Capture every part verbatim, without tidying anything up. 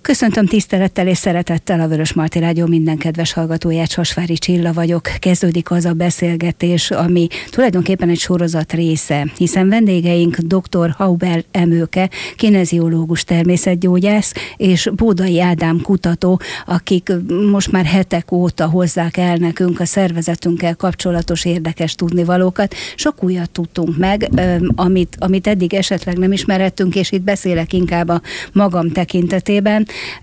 Köszöntöm tisztelettel és szeretettel a Vörösmarty Rádió minden kedves hallgatóját, Sasvári Csilla vagyok. Kezdődik az a beszélgetés, ami tulajdonképpen egy sorozat része, hiszen vendégeink dr. Hauber Emőke, kineziológus természetgyógyász, és Bódai Ádám kutató, akik most már hetek óta hozzák el nekünk a szervezetünkkel kapcsolatos érdekes tudnivalókat. Sok újat tudtunk meg, amit, amit eddig esetleg nem ismerhettünk, és itt beszélek inkább a magam tekintetében.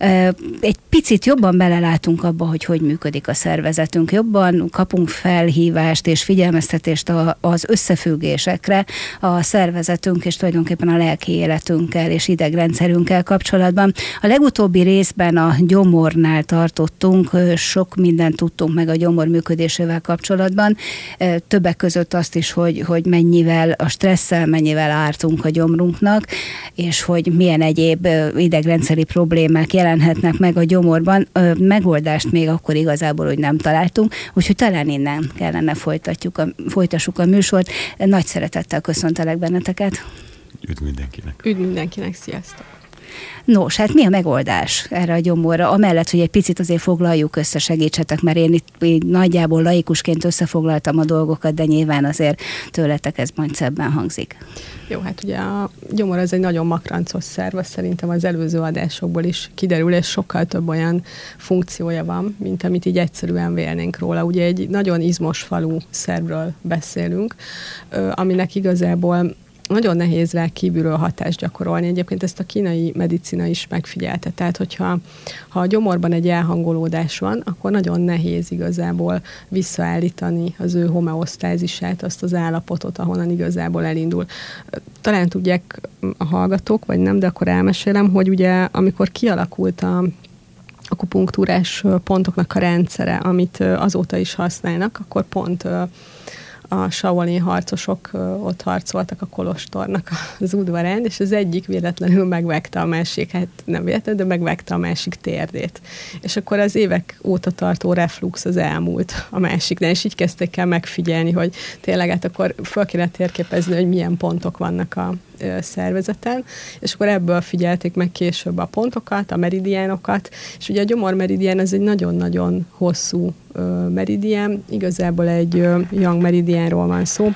Egy picit jobban belelátunk abba, hogy hogy működik a szervezetünk. Jobban kapunk felhívást és figyelmeztetést az összefüggésekre a szervezetünk és tulajdonképpen a lelki életünkkel és idegrendszerünkkel kapcsolatban. A legutóbbi részben a gyomornál tartottunk, sok mindent tudtunk meg a gyomor működésével kapcsolatban. Többek között azt is, hogy, hogy mennyivel a stresszel, mennyivel ártunk a gyomrunknak, és hogy milyen egyéb idegrendszeri problémák jelenhetnek meg a gyomorban. Megoldást még akkor igazából, hogy nem találtunk, úgyhogy talán innen kellene folytatjuk a, folytassuk a műsort. Nagy szeretettel köszöntelek benneteket. Üdv mindenkinek. Üdv mindenkinek, sziasztok. Nos, hát mi a megoldás erre a gyomorra? Amellett, hogy egy picit azért foglaljuk össze, segítsetek, mert én itt így nagyjából laikusként összefoglaltam a dolgokat, de nyilván azért tőletek ez majd szebben hangzik. Jó, hát ugye a gyomor az egy nagyon makrancos szerv, szerintem az előző adásokból is kiderül, és sokkal több olyan funkciója van, mint amit így egyszerűen vélnénk róla. Ugye egy nagyon izmos falú szervről beszélünk, aminek igazából nagyon nehéz rá kívülről hatást gyakorolni. Egyébként ezt a kínai medicina is megfigyelte. Tehát, hogyha ha a gyomorban egy elhangolódás van, akkor nagyon nehéz igazából visszaállítani az ő homeosztázisát, azt az állapotot, ahonnan igazából elindul. Talán tudják a hallgatók, vagy nem, de akkor elmesélem, hogy ugye amikor kialakult a akupunktúrás pontoknak a rendszere, amit azóta is használnak, akkor pont a Shaolin harcosok ott harcoltak a kolostornak az udvarán, és az egyik véletlenül megvágta a másik, hát nem véletlenül, de megvágta a másik térdét. És akkor az évek óta tartó reflux az elmúlt a másiknál, és így kezdték el megfigyelni, hogy tényleg hát akkor fel kéne térképezni, hogy milyen pontok vannak a szervezeten, és akkor ebből figyelték meg később a pontokat, a meridiánokat, és ugye a gyomormeridián az egy nagyon-nagyon hosszú meridián, igazából egy Yang meridiánról van szó.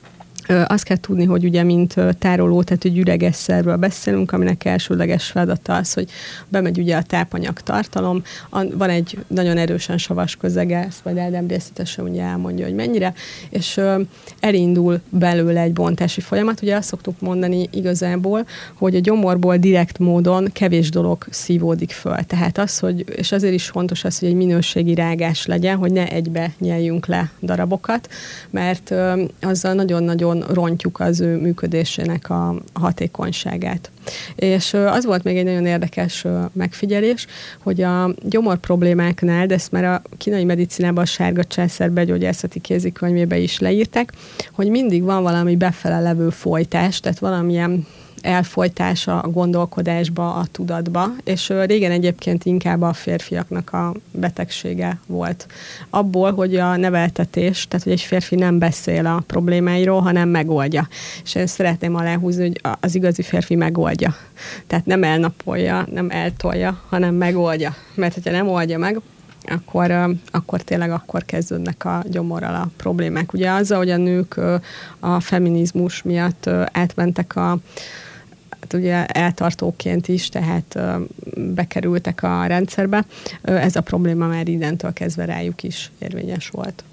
Azt kell tudni, hogy ugye mint tároló, tehát egy üreges szervről beszélünk, aminek elsődleges feladata az, hogy bemegy ugye a tápanyag tartalom, van egy nagyon erősen savas közege, ezt majd Ádám részletesen ugye elmondja, hogy mennyire, és elindul belőle egy bontási folyamat. Ugye azt szoktuk mondani igazából, hogy a gyomorból direkt módon kevés dolog szívódik föl. Tehát az, hogy, és azért is fontos az, hogy egy minőségi rágás legyen, hogy ne egybe nyeljünk le darabokat, mert azzal nagyon-nagyon rontjuk az ő működésének a hatékonyságát. És az volt még egy nagyon érdekes megfigyelés, hogy a gyomor problémáknál, de ezt már a kínai medicinában a Sárga Császár begyógyászati kézikönyvében is leírták, hogy mindig van valami befele levő folytás, tehát valamilyen elfolytása a gondolkodásba, a tudatba, és régen egyébként inkább a férfiaknak a betegsége volt. Abból, hogy a neveltetés, tehát hogy egy férfi nem beszél a problémáiról, hanem megoldja. És én szeretném aláhúzni, hogy az igazi férfi megoldja. Tehát nem elnapolja, nem eltolja, hanem megoldja. Mert hogyha nem oldja meg, akkor, akkor tényleg akkor kezdődnek a gyomorral a problémák. Ugye azzal, hogy a nők a feminizmus miatt átmentek a hát ugye eltartóként is, tehát bekerültek a rendszerbe. Ez a probléma már innentől kezdve rájuk is érvényes volt.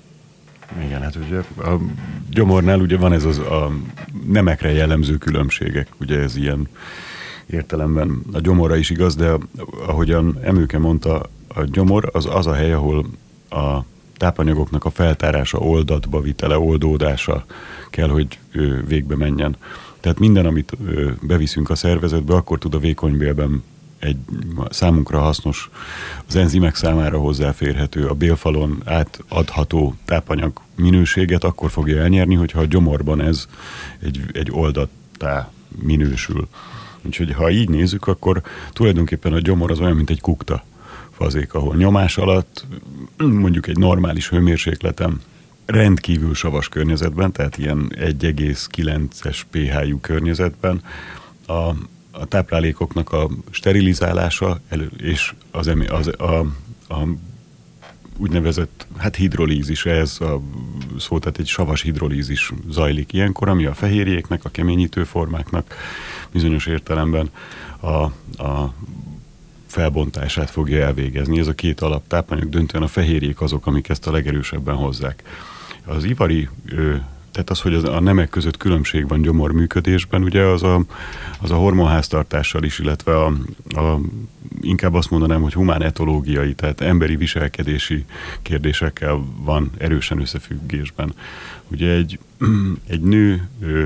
Igen, hát ugye a gyomornál ugye van ez az a nemekre jellemző különbségek, ugye ez ilyen értelemben a gyomorra is igaz, de ahogyan Emőke mondta, a gyomor az az a hely, ahol a tápanyagoknak a feltárása, oldatba vitele, oldódása kell, hogy végbe menjen. Tehát minden, amit beviszünk a szervezetbe, akkor tud a vékonybélben egy számunkra hasznos, az enzimek számára hozzáférhető, a bélfalon átadható tápanyag minőséget akkor fogja elnyerni, hogyha a gyomorban ez egy, egy oldattá minősül. Úgyhogy ha így nézzük, akkor tulajdonképpen a gyomor az olyan, mint egy kukta fazék, ahol nyomás alatt, mondjuk egy normális hőmérsékleten, rendkívül savas környezetben, tehát ilyen egy egész kilences pé há-jú környezetben a a táplálékoknak a sterilizálása elő, és az, az a, a úgynevezett, hát hidrolízis, ez a szó, tehát egy savas hidrolízis zajlik ilyenkor, ami a fehérjéknek, a keményítő formáknak bizonyos értelemben a, a felbontását fogja elvégezni. Ez a két alaptápanyag, döntően a fehérjék azok, amik ezt a legerősebben hozzák. Az ivari, tehát az, hogy az, a nemek között különbség van gyomor működésben, ugye az a, az a hormonháztartással is, illetve a, a, inkább azt mondanám, hogy humán etológiai, tehát emberi viselkedési kérdésekkel van erősen összefüggésben. Ugye egy, egy nő ö,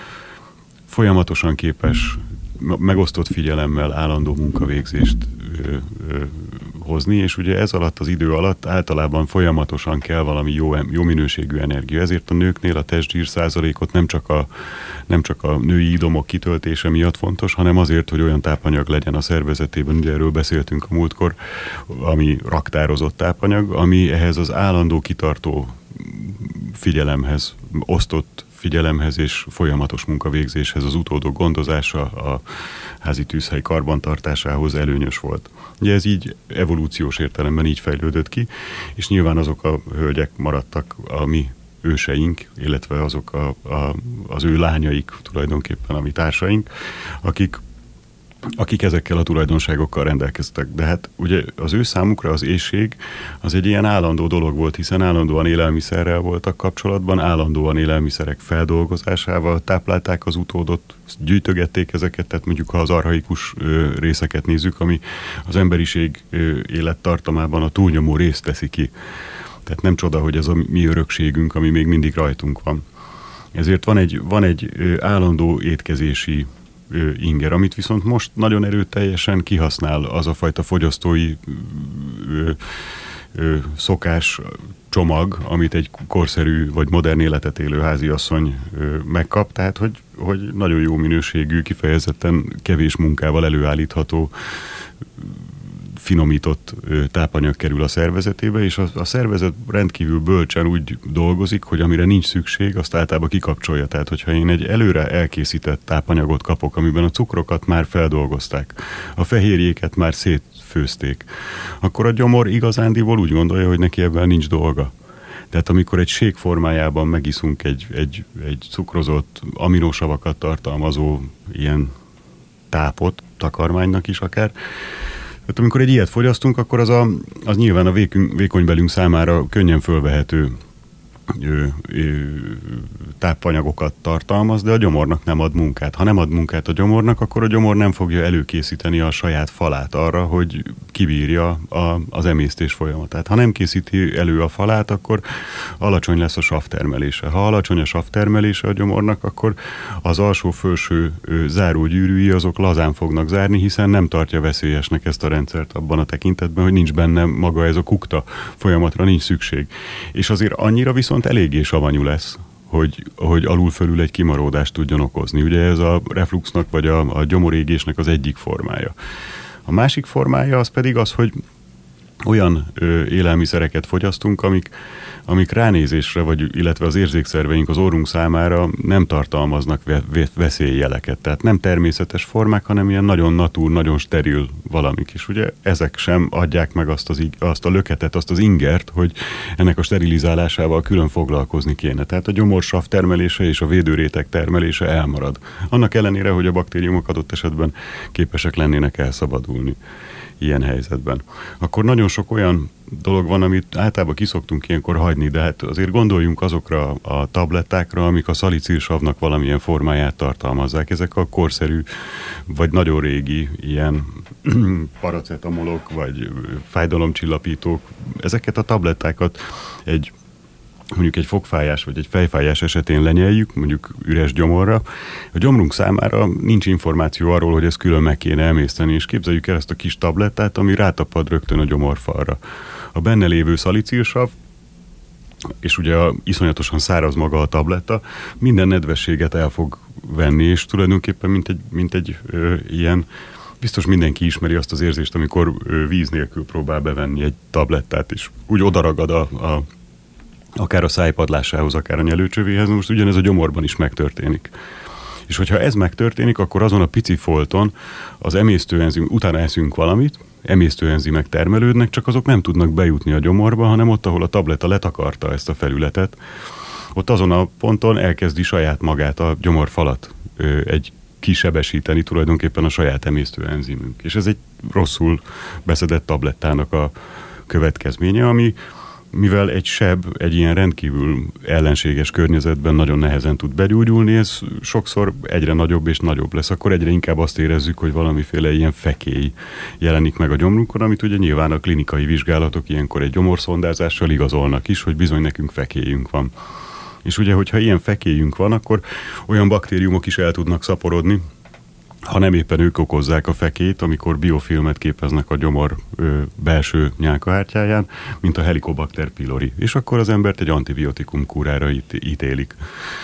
folyamatosan képes megosztott figyelemmel állandó munkavégzést ö, ö, hozni, és ugye ez alatt az idő alatt általában folyamatosan kell valami jó, jó minőségű energia. Ezért a nőknél a testzsír százalékot nem csak a, nem csak a női idomok kitöltése miatt fontos, hanem azért, hogy olyan tápanyag legyen a szervezetében, ugye erről beszéltünk a múltkor, ami raktározott tápanyag, ami ehhez az állandó kitartó figyelemhez, osztott figyelemhez és folyamatos munkavégzéshez, az utódok gondozása, a házi tűzhely karbantartásához előnyös volt. Ugye ez így evolúciós értelemben így fejlődött ki, és nyilván azok a hölgyek maradtak a mi őseink, illetve azok a, a, az ő lányaik tulajdonképpen, a mi társaink, akik akik ezekkel a tulajdonságokkal rendelkeztek. De hát ugye az ő számukra az éhség az egy ilyen állandó dolog volt, hiszen állandóan élelmiszerrel voltak kapcsolatban, állandóan élelmiszerek feldolgozásával táplálták az utódot, gyűjtögették ezeket, tehát mondjuk ha az archaikus ö, részeket nézzük, ami az emberiség ö, élettartamában a túlnyomó részt teszi ki. Tehát nem csoda, hogy ez a mi örökségünk, ami még mindig rajtunk van. Ezért van egy, van egy ö, állandó étkezési inger, amit viszont most nagyon erőteljesen kihasznál az a fajta fogyasztói ö, ö, szokás csomag, amit egy korszerű vagy modern életet élő háziasszony ö, megkap, tehát hogy, hogy nagyon jó minőségű, kifejezetten kevés munkával előállítható finomított tápanyag kerül a szervezetébe, és a, a szervezet rendkívül bölcsen úgy dolgozik, hogy amire nincs szükség, azt általában kikapcsolja. Tehát, hogyha én egy előre elkészített tápanyagot kapok, amiben a cukrokat már feldolgozták, a fehérjéket már szétfőzték, akkor a gyomor igazándiból úgy gondolja, hogy neki ebben nincs dolga. Tehát amikor egy shake formájában megiszunk egy, egy, egy cukrozott, aminosavakat tartalmazó ilyen tápot, takarmánynak is akár, tehát amikor egy ilyet fogyasztunk, akkor az, a, az nyilván a vékony, vékony belünk számára könnyen fölvehető ö, ö, tápanyagokat tartalmaz, de a gyomornak nem ad munkát. Ha nem ad munkát a gyomornak, akkor a gyomor nem fogja előkészíteni a saját falát arra, hogy kibírja a, az emésztés folyamatát. Ha nem készíti elő a falát, akkor alacsony lesz a savtermelése. Ha alacsony a savtermelése a gyomornak, akkor az alsó-felső zárógyűrűi azok lazán fognak zárni, hiszen nem tartja veszélyesnek ezt a rendszert abban a tekintetben, hogy nincs benne maga ez a kukta folyamatra, nincs szükség. És azért annyira viszont eléggé savanyú lesz, hogy, hogy alul-fölül egy kimaródást tudjon okozni. Ugye ez a refluxnak vagy a, a gyomorégésnek az egyik formája. A másik formája az pedig az, hogy olyan ö, élelmiszereket fogyasztunk, amik, amik ránézésre, vagy, illetve az érzékszerveink az orrunk számára nem tartalmaznak ve- veszélyjeleket. Tehát nem természetes formák, hanem ilyen nagyon natúr, nagyon steril valamik. És ugye ezek sem adják meg azt, az, azt a löketet, azt az ingert, hogy ennek a sterilizálásával külön foglalkozni kéne. Tehát a gyomorsav termelése és a védőréteg termelése elmarad. Annak ellenére, hogy a baktériumok adott esetben képesek lennének elszabadulni ilyen helyzetben. Akkor nagyon sok olyan dolog van, amit általában kiszoktunk ilyenkor hagyni, de hát azért gondoljunk azokra a tablettákra, amik a szalicilsavnak valamilyen formáját tartalmazzák. Ezek a korszerű, vagy nagyon régi ilyen paracetamolok, vagy fájdalomcsillapítók. Ezeket a tablettákat egy mondjuk egy fogfájás vagy egy fejfájás esetén lenyeljük, mondjuk üres gyomorra. A gyomrunk számára nincs információ arról, hogy ezt külön meg kéne emészteni, és képzeljük el ezt a kis tablettát, ami rátapad rögtön a gyomorfalra. A benne lévő szalicilsav, és ugye a, iszonyatosan száraz maga a tabletta, minden nedvességet el fog venni, és tulajdonképpen mint egy, mint egy ö, ilyen, biztos mindenki ismeri azt az érzést, amikor ö, víz nélkül próbál bevenni egy tablettát, és úgy odaragad a, a akár a szájpadlásához, akár a nyelőcsövéhez, most ugyanez a gyomorban is megtörténik. És hogyha ez megtörténik, akkor azon a pici folton az emésztőenzim, utána eszünk valamit, emésztőenzimek termelődnek, csak azok nem tudnak bejutni a gyomorba, hanem ott, ahol a tabletta letakarta ezt a felületet, ott azon a ponton elkezdi saját magát a gyomorfalat ö, egy kisebesíteni, tulajdonképpen a saját emésztőenzimünk. És ez egy rosszul beszedett tablettának a következménye, ami mivel egy seb egy ilyen rendkívül ellenséges környezetben nagyon nehezen tud begyógyulni, ez sokszor egyre nagyobb és nagyobb lesz. Akkor egyre inkább azt érezzük, hogy valamiféle ilyen fekély jelenik meg a gyomrunkon, amit ugye nyilván a klinikai vizsgálatok ilyenkor egy gyomorszondázással igazolnak is, hogy bizony nekünk fekélyünk van. És ugye, hogyha ilyen fekélyünk van, akkor olyan baktériumok is el tudnak szaporodni, ha nem éppen ők okozzák a fekét, amikor biofilmet képeznek a gyomor ö, belső nyálkahártyáján, mint a Helicobacter pylori. És akkor az embert egy antibiotikum kúrára itt, ítélik.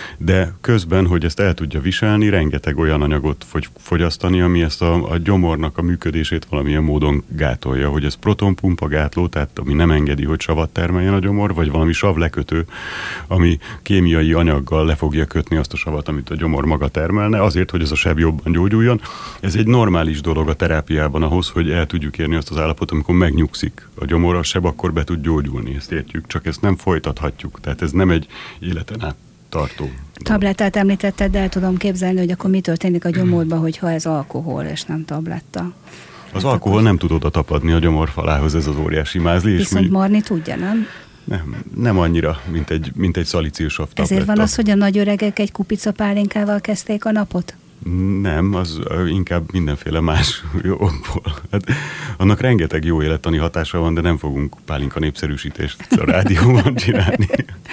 De közben, hogy ezt el tudja viselni, rengeteg olyan anyagot fogy, fogyasztani, ami ezt a, a gyomornak a működését valamilyen módon gátolja, hogy ez protonpumpa gátló, tehát ami nem engedi, hogy savat termeljen a gyomor, vagy valami savlekötő, ami kémiai anyaggal le fogja kötni azt a savat, amit a gyomor maga termelne, azért, hogy ez a seb jobban gyógyuljon. Ez egy normális dolog a terápiában ahhoz, hogy el tudjuk érni azt az állapotot, amikor megnyugszik a gyomor, a seb akkor be tud gyógyulni, ezt értjük, csak ezt nem folytathatjuk, tehát ez nem egy életen át tartó. Tablettát említetted, de el tudom képzelni, hogy akkor mi történik a gyomorban, hogyha ez alkohol és nem tabletta. Az hát alkohol akkor... nem tud oda tapadni a gyomorfalához, ez az óriási mázli. Viszont marni tudja, nem? Nem, nem annyira, mint egy, mint egy szalicilsav tabletta. Ezért van az, hogy a nagy öregek egy kupica pálinkával kezdték a napot? Nem, az inkább mindenféle más okból. Hát, annak rengeteg jó élettani hatása van, de nem fogunk pálinka népszerűsítést a rádióban csinálni.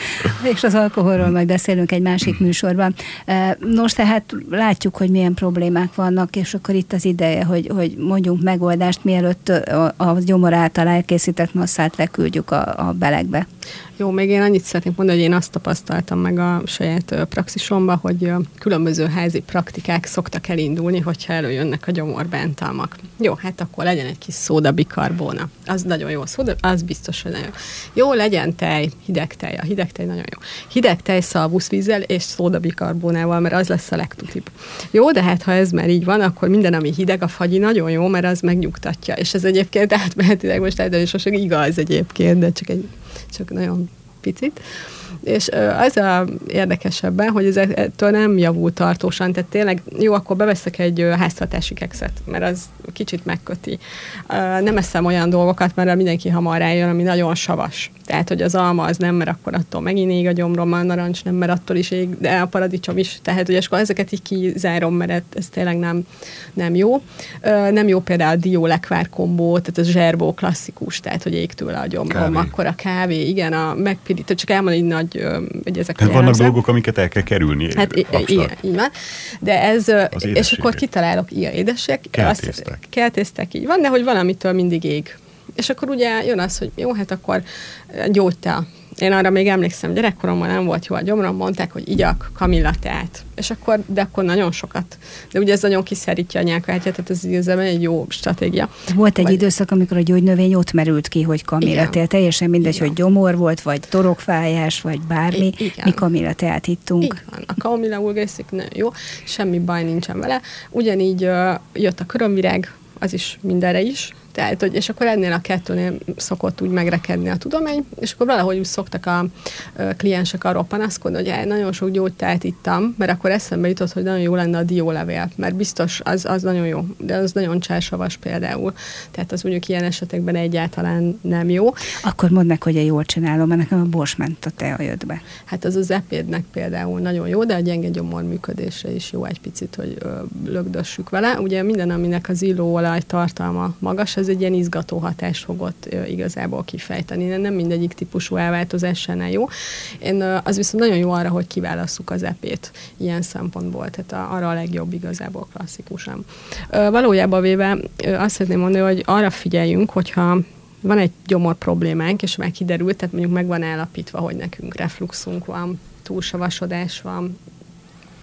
És az alkoholról majd beszélünk egy másik műsorban. Nos, tehát látjuk, hogy milyen problémák vannak, és akkor itt az ideje, hogy, hogy mondjunk megoldást, mielőtt a, a gyomor által elkészített masszát leküldjük a, a belegbe. Jó, még én annyit szeretnék mondani, hogy én azt tapasztaltam meg a saját praxisomban, hogy különböző házi praktikák szoktak elindulni, hogyha előjönnek a gyomorbántalmak. Jó, hát akkor legyen egy kis szódabikarbóna. Az nagyon jó, szóda, az biztos, hogy nagyon jó. Jó, legyen tej, hideg tej, a hideg tej nagyon jó. Hideg tej szalvuszvízzel és szódabikarbónával, mert az lesz a legtutibb. Jó, de hát ha ez már így van, akkor minden, ami hideg, a fagyi nagyon jó, mert az megnyugtatja. És ez egyébként átmehetileg most általánosan igaz egyébként, de csak egy csak nagyon picit. És az a érdekesebben, hogy ez ettől nem javul tartósan, tehát tényleg jó, akkor beveszek egy háztartási kekszet, mert az kicsit megköti. Nem eszem olyan dolgokat, mert mindenki hamar rájön, ami nagyon savas. Tehát, hogy az alma az nem, mert akkor attól megint ég a gyomrom, a narancs nem, mert attól is ég, de a paradicsom is. Tehát, hogy akkor ezeket így kizárom, mert ez tényleg nem, nem jó. Nem jó például a dió-lekvár kombó, tehát az zserbó klasszikus, tehát, hogy ég tőle a gyomrom. Kávé. Akkor a kávé, igen, a megpirító, csak elmondani nagy, hogy ezek tehát vannak dolgok, amiket el kell kerülni. Hát igen, így van. De ez, és akkor kitalálok ilyen édesek. Keltésztek. Keltésztek, így van, de hogy valamitől mindig ég. És akkor ugye jön az, hogy jó, hát akkor gyógytea. Én arra még emlékszem, gyerekkoromban nem volt jó a gyomrom, mondták, hogy igyak kamillateát. És akkor, de akkor nagyon sokat. De ugye ez nagyon kiszerítja a nyálkahártyát, tehát ez igazából egy jó stratégia. Volt egy vagy... időszak, amikor a gyógynövény ott merült ki, hogy kamillatea. Teljesen mindegy, igen, hogy gyomor volt, vagy torokfájás, vagy bármi. Igen. Mi kamillateát ittunk. Így van. A Camomilla vulgaris nagyon jó, semmi baj nincsen vele. Ugyanígy uh, jött a körömvirág, az is mindenre is. Tehát, hogy, és akkor ennél a kettőnél szokott úgy megrekedni a tudomány, és akkor valahogy úgy szoktak a, a kliensek arról panaszkodni, hogy hát nagyon sok gyógytát ittam, mert akkor eszembe jutott, hogy nagyon jó lenne a diólevél, mert biztos az, az nagyon jó, de az nagyon csársavas például. Tehát az mondjuk ilyen esetekben egyáltalán nem jó. Akkor mondd meg, hogy én jól csinálom, mert nekem a borsmenta tea jött be. Hát az az epédnek például nagyon jó, de a gyenge gyomor működésre is jó egy picit, hogy ö, lögdössük vele. Ugye minden, aminek az illóolaj tartalma magas, ez egy ilyen izgató hatást fogott ö, igazából kifejteni. Nem mindegyik típusú elváltozás sem jó. Én, ö, az viszont nagyon jó arra, hogy kiválasszuk az epét ilyen szempontból, tehát a, arra a legjobb igazából klasszikusan. Ö, valójában véve ö, azt szeretném mondani, hogy arra figyeljünk, hogyha van egy gyomor problémánk, és már kiderült, tehát mondjuk meg van állapítva, hogy nekünk refluxunk van, túlsavasodás van,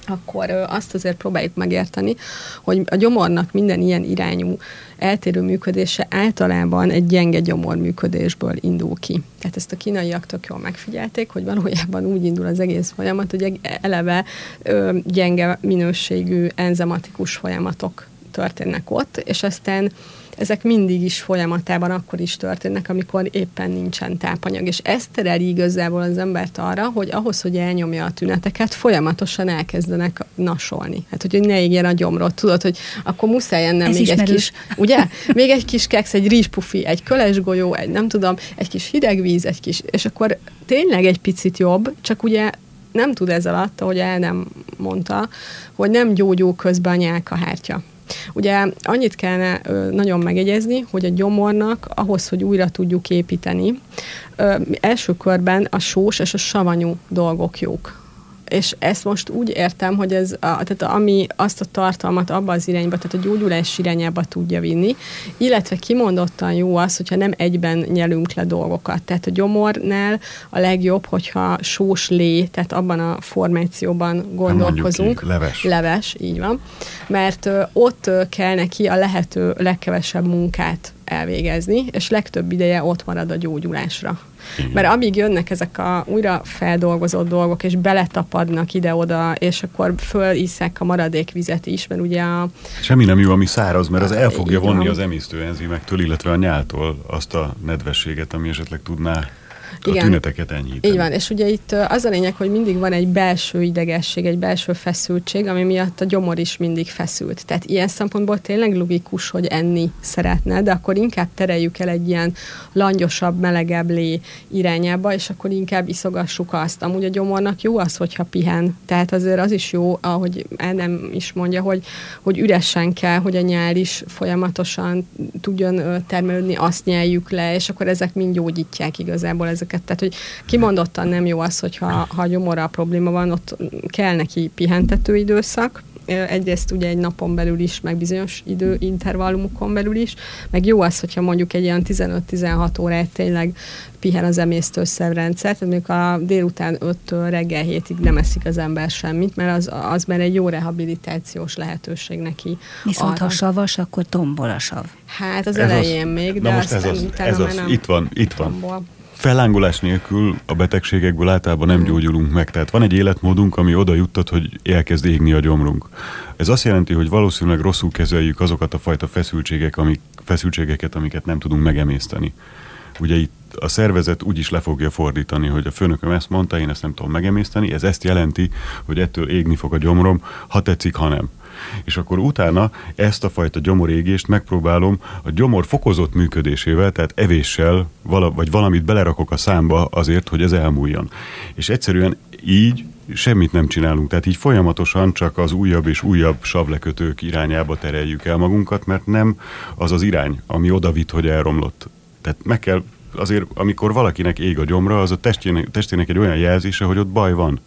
akkor azt azért próbáljuk megérteni, hogy a gyomornak minden ilyen irányú eltérő működése általában egy gyenge gyomorműködésből indul ki. Tehát ezt a kínaiak tök jól megfigyelték, hogy valójában úgy indul az egész folyamat, hogy eleve ö, gyenge minőségű enzimatikus folyamatok történnek ott, és aztán ezek mindig is folyamatában akkor is történnek, amikor éppen nincsen tápanyag. És ez tereli igazából az embert arra, hogy ahhoz, hogy elnyomja a tüneteket, folyamatosan elkezdenek nasolni. Hát, hogy ne égjen a gyomrod. Tudod, hogy akkor muszáj ennem még ismerős. Egy kis, ugye? Még egy kis keksz, egy rizspufi, egy kölesgolyó, egy nem tudom, egy kis hideg víz, egy kis, és akkor tényleg egy picit jobb, csak ugye nem tud ez alatt, ahogy el nem mondta, hogy nem gyógyul közben a nyálkahártya. Ugye annyit kellene ö, nagyon megjegyezni, hogy a gyomornak ahhoz, hogy újra tudjuk építeni, ö, első körben a sós és a savanyú dolgok jók. És ezt most úgy értem, hogy ez a, tehát ami azt a tartalmat abba az irányba, tehát a gyógyulás irányába tudja vinni, illetve kimondottan jó az, hogyha nem egyben nyelünk le dolgokat. Tehát a gyomornál a legjobb, hogyha sós lé, tehát abban a formációban gondolkozunk. Ki, leves. Leves, így van. Mert ö, ott ö, kell neki a lehető legkevesebb munkát elvégezni, és legtöbb ideje ott marad a gyógyulásra. Igen. Mert amíg jönnek ezek a újra feldolgozott dolgok, és beletapadnak ide-oda, és akkor fölisszák a maradék vizet is, mert ugye a... Semmi nem jó, ami száraz, mert az el fogja vonni az emésztőenzimektől, illetve a nyáltól azt a nedvességet, ami esetleg tudná a igen. tüneteket enyhíteni. Így van, és ugye itt az a lényeg, hogy mindig van egy belső idegesség, egy belső feszültség, ami miatt a gyomor is mindig feszült. Tehát ilyen szempontból tényleg logikus, hogy enni szeretne, de akkor inkább tereljük el egy ilyen langyosabb, melegebb lé irányába, és akkor inkább iszogassuk azt. Amúgy a gyomornak jó az, hogyha pihen. Tehát azért az is jó, ahogy nem is mondja, hogy, hogy üresen kell, hogy a nyál is folyamatosan tudjon termelődni, azt nyeljük le, és akkor ezek mind gyógyítják igazából ezeket. Tehát, hogy kimondottan nem jó az, hogyha ha a gyomorral probléma van, ott kell neki pihentető időszak, egyrészt ugye egy napon belül is, meg bizonyos időintervallumokon belül is, meg jó az, hogyha mondjuk egy ilyen tizenöt-tizenhat órát tényleg pihen az emésztőszervrendszer, tehát mondjuk a délután öttől reggel hétig nem eszik az ember semmit, mert az, az már egy jó rehabilitációs lehetőség neki. Viszont arra. Ha savas, akkor tombol a sav. Hát az ez elején az, még, de most aztán ez az, utána ez már az, nem itt van, itt van. tombol. Fellángolás nélkül a betegségekből általában nem gyógyulunk meg. Tehát van egy életmódunk, ami oda juttat, hogy elkezd égni a gyomrunk. Ez azt jelenti, hogy valószínűleg rosszul kezeljük azokat a fajta feszültségek, amik, feszültségeket, amiket nem tudunk megemészteni. Ugye itt a szervezet úgy is le fogja fordítani, hogy a főnököm ezt mondta, én ezt nem tudom megemészteni, ez ezt jelenti, hogy ettől égni fog a gyomrom, ha tetszik, ha nem. És akkor utána ezt a fajta gyomorégést megpróbálom a gyomor fokozott működésével, tehát evéssel, vala, vagy valamit belerakok a számba azért, hogy ez elmúljon. És egyszerűen így semmit nem csinálunk, tehát így folyamatosan csak az újabb és újabb savlekötők irányába tereljük el magunkat, mert nem az az irány, ami oda vitt, hogy elromlott. Tehát meg kell, azért amikor valakinek ég a gyomra, az a testének, testének egy olyan jelzése, hogy ott baj van.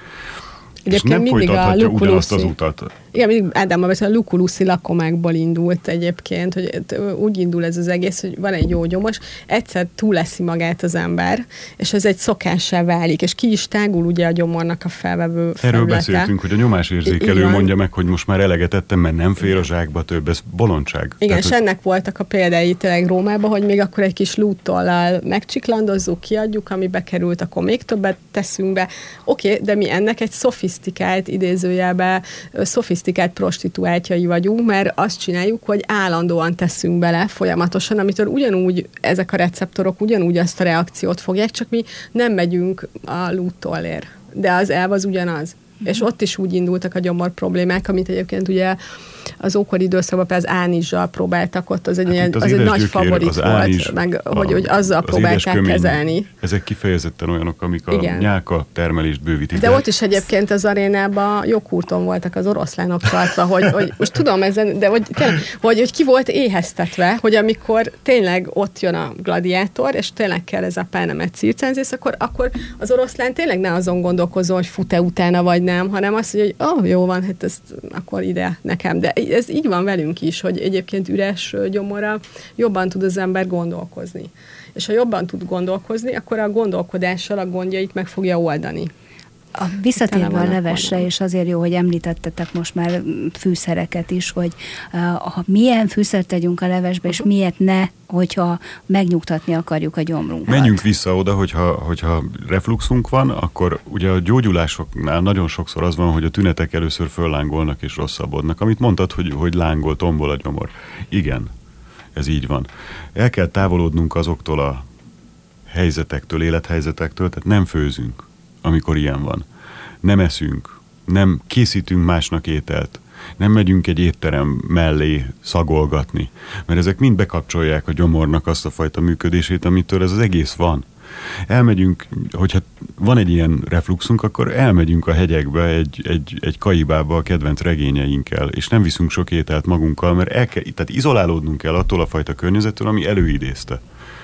És nem folytathatja ugyanazt az utat. Igen, mindig Ádámmal beszél, a lukuluszi lakomákból indult egyébként, hogy úgy indul ez az egész, hogy van egy jó gyomos, egyszer túleszi magát az ember, és ez egy szokássá válik, és ki is tágul ugye a gyomornak a felvevő felülete. Erről beszéltünk, hogy a nyomásérzékelő mondja meg, hogy most már eleget ettem, mert nem fér a zsákba több, ez bolondság. Igen, tehát, és hogy... ennek voltak a példái tényleg Rómában, hogy még akkor egy kis lúttollal megcsiklandozzuk, kiadjuk, ami bekerült, akkor még többet teszünk be. Oké, okay, de mi ennek egy szofisztikált, idézőjelben szofisztikált prostituáltjai vagyunk, mert azt csináljuk, hogy állandóan teszünk bele folyamatosan, amitől ugyanúgy ezek a receptorok ugyanúgy azt a reakciót fogják, csak mi nem megyünk a lúttollér. De az elv az ugyanaz. Mm-hmm. És ott is úgy indultak a gyomor problémák, amit egyébként ugye az ókori időszakban például az ánizsal próbáltak ott, az egy, hát ilyen, az az egy nagy favorit volt, ánizs, meg a, hogy, hogy azzal az próbálták kezelni. Ezek kifejezetten olyanok, amik a igen. nyálka termelést bővítik. De ott is egyébként az arénában joghurton voltak az oroszlánok tartva, hogy, hogy most tudom ezen, de hogy, tényleg, hogy, hogy ki volt éheztetve, hogy amikor tényleg ott jön a gladiátor, és tényleg kell ez a pánemet circenzész, akkor, akkor az oroszlán tényleg ne azon gondolkozol, hogy fut-e utána, vagy nem, hanem azt, hogy oh, jó van, hát ezt akkor ide nekem. De ez így van velünk is, hogy egyébként üres gyomorra jobban tud az ember gondolkozni. És ha jobban tud gondolkozni, akkor a gondolkodással a gondjait meg fogja oldani. A visszatérve a levesre, és azért jó, hogy említettetek most már fűszereket is, hogy uh, milyen fűszert tegyünk a levesbe, és miért ne, hogyha megnyugtatni akarjuk a gyomrunkat. Menjünk vissza oda, hogyha, hogyha refluxunk van, akkor ugye a gyógyulásoknál nagyon sokszor az van, hogy a tünetek először föllángolnak és rosszabbodnak. Amit mondtad, hogy, hogy lángol, tombol a gyomor. Igen, ez így van. El kell távolodnunk azoktól a helyzetektől, élethelyzetektől, tehát nem főzünk, amikor ilyen van. Nem eszünk, nem készítünk másnak ételt, nem megyünk egy étterem mellé szagolgatni, mert ezek mind bekapcsolják a gyomornak azt a fajta működését, amitől ez az egész van. Elmegyünk, hogyha van egy ilyen refluxunk, akkor elmegyünk a hegyekbe egy, egy, egy kaibába a kedvenc regényeinkkel, és nem viszünk sok ételt magunkkal, mert el kell, tehát izolálódnunk kell attól a fajta környezettől, ami előidézte.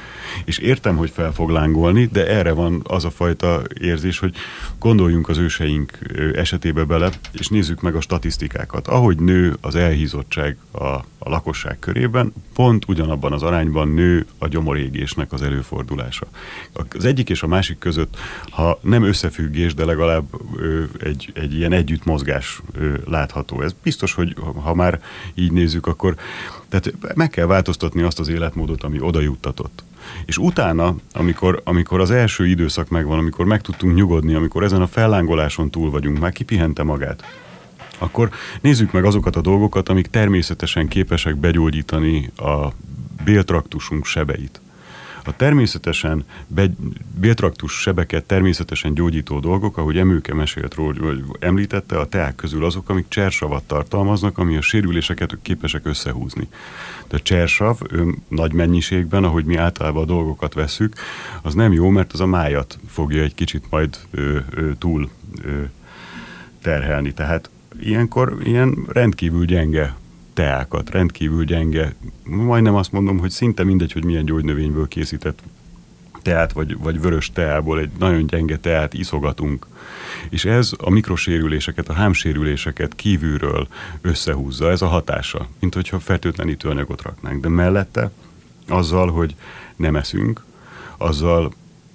És értem, hogy fel fog lángolni, de erre van az a fajta érzés, hogy gondoljunk az őseink esetébe bele, és nézzük meg a statisztikákat. Ahogy nő az elhízottság a, a lakosság körében, pont ugyanabban az arányban nő a gyomorégésnek az előfordulása. Az egyik és a másik között, ha nem összefüggés, de legalább ö, egy, egy ilyen együttmozgás ö, látható. Ez biztos, hogy ha már így nézzük, akkor tehát meg kell változtatni azt az életmódot, ami oda juttatott. És utána, amikor, amikor az első időszak megvan, amikor meg tudtunk nyugodni, amikor ezen a fellángoláson túl vagyunk, már kipihente magát, akkor nézzük meg azokat a dolgokat, amik természetesen képesek begyógyítani a béltraktusunk sebeit. A természetesen be, béltraktus sebeket természetesen gyógyító dolgok, ahogy Emőke mesélt róla, vagy említette, a teák közül azok, amik csersavat tartalmaznak, ami a sérüléseket képesek összehúzni. De a csersav nagy mennyiségben, ahogy mi általában a dolgokat vesszük, az nem jó, mert az a májat fogja egy kicsit majd ö, ö, túl ö, terhelni. Tehát ilyenkor ilyen rendkívül gyenge teákat, rendkívül gyenge, majdnem azt mondom, hogy szinte mindegy, hogy milyen gyógynövényből készített teát, vagy, vagy vörös teából egy nagyon gyenge teát iszogatunk. És ez a mikrosérüléseket, a hámsérüléseket kívülről összehúzza, ez a hatása, mint hogyha fertőtlenítő anyagot raknánk. De mellette azzal, hogy nem eszünk, azzal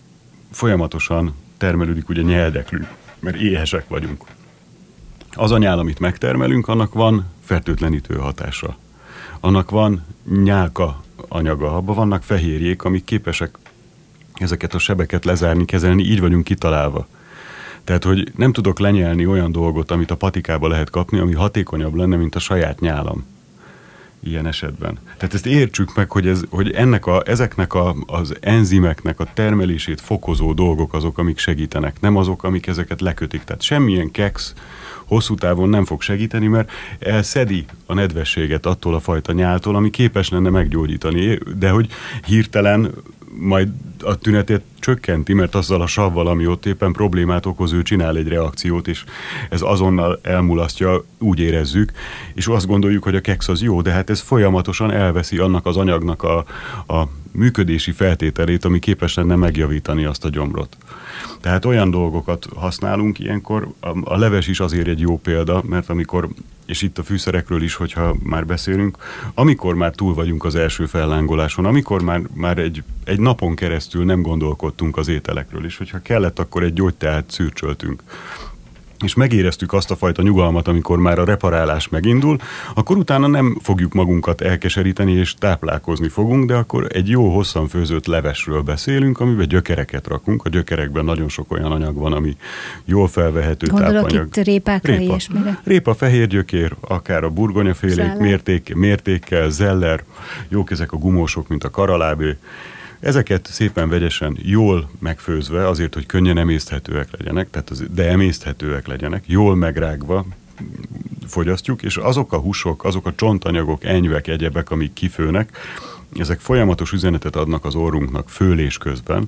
folyamatosan termelődik ugye nyeldeklű, mert éhesek vagyunk. Az a nyál, amit megtermelünk, annak van fertőtlenítő hatása. Annak van nyálka anyaga, abban vannak fehérjék, amik képesek ezeket a sebeket lezárni, kezelni, így vagyunk kitalálva. Tehát, hogy nem tudok lenyelni olyan dolgot, amit a patikába lehet kapni, ami hatékonyabb lenne, mint a saját nyálam. Ilyen esetben. Tehát ezt értsük meg, hogy, ez, hogy ennek a, ezeknek a, az enzimeknek a termelését fokozó dolgok azok, amik segítenek, nem azok, amik ezeket lekötik. Tehát semmilyen keksz hosszú távon nem fog segíteni, mert elszedi a nedvességet attól a fajta nyáltól, ami képes lenne meggyógyítani, de hogy hirtelen majd a tünetét csökkenti, mert azzal a savval, ami ott éppen problémát okoz, ő csinál egy reakciót, és ez azonnal elmulasztja, úgy érezzük, és azt gondoljuk, hogy a keksz az jó, de hát ez folyamatosan elveszi annak az anyagnak a, a működési feltételét, ami képes lenne megjavítani azt a gyomrot. Tehát olyan dolgokat használunk ilyenkor, a, a leves is azért egy jó példa, mert amikor, és itt a fűszerekről is, hogyha már beszélünk, amikor már túl vagyunk az első fellángoláson, amikor már, már egy, egy napon keresztül nem gondolkodtunk az ételekről, és hogyha kellett, akkor egy gyógyteát szürcsöltünk, és megéreztük azt a fajta nyugalmat, amikor már a reparálás megindul, akkor utána nem fogjuk magunkat elkeseríteni, és táplálkozni fogunk, de akkor egy jó hosszan főzött levesről beszélünk, amiben gyökereket rakunk. A gyökerekben nagyon sok olyan anyag van, ami jól felvehető Gondolok tápanyag. Gondolok itt répákra, Répa. ilyesmire. Répa, fehér gyökér, akár a burgonyafélék mérték, mértékkel, zeller, jók ezek a gumósok, mint a karalábé. Ezeket szépen vegyesen, jól megfőzve, azért, hogy könnyen emészthetőek legyenek, tehát az, de emészthetőek legyenek, jól megrágva fogyasztjuk, és azok a húsok, azok a csontanyagok, enyvek, egyebek, amik kifőnek, ezek folyamatos üzenetet adnak az orrunknak főlés közben,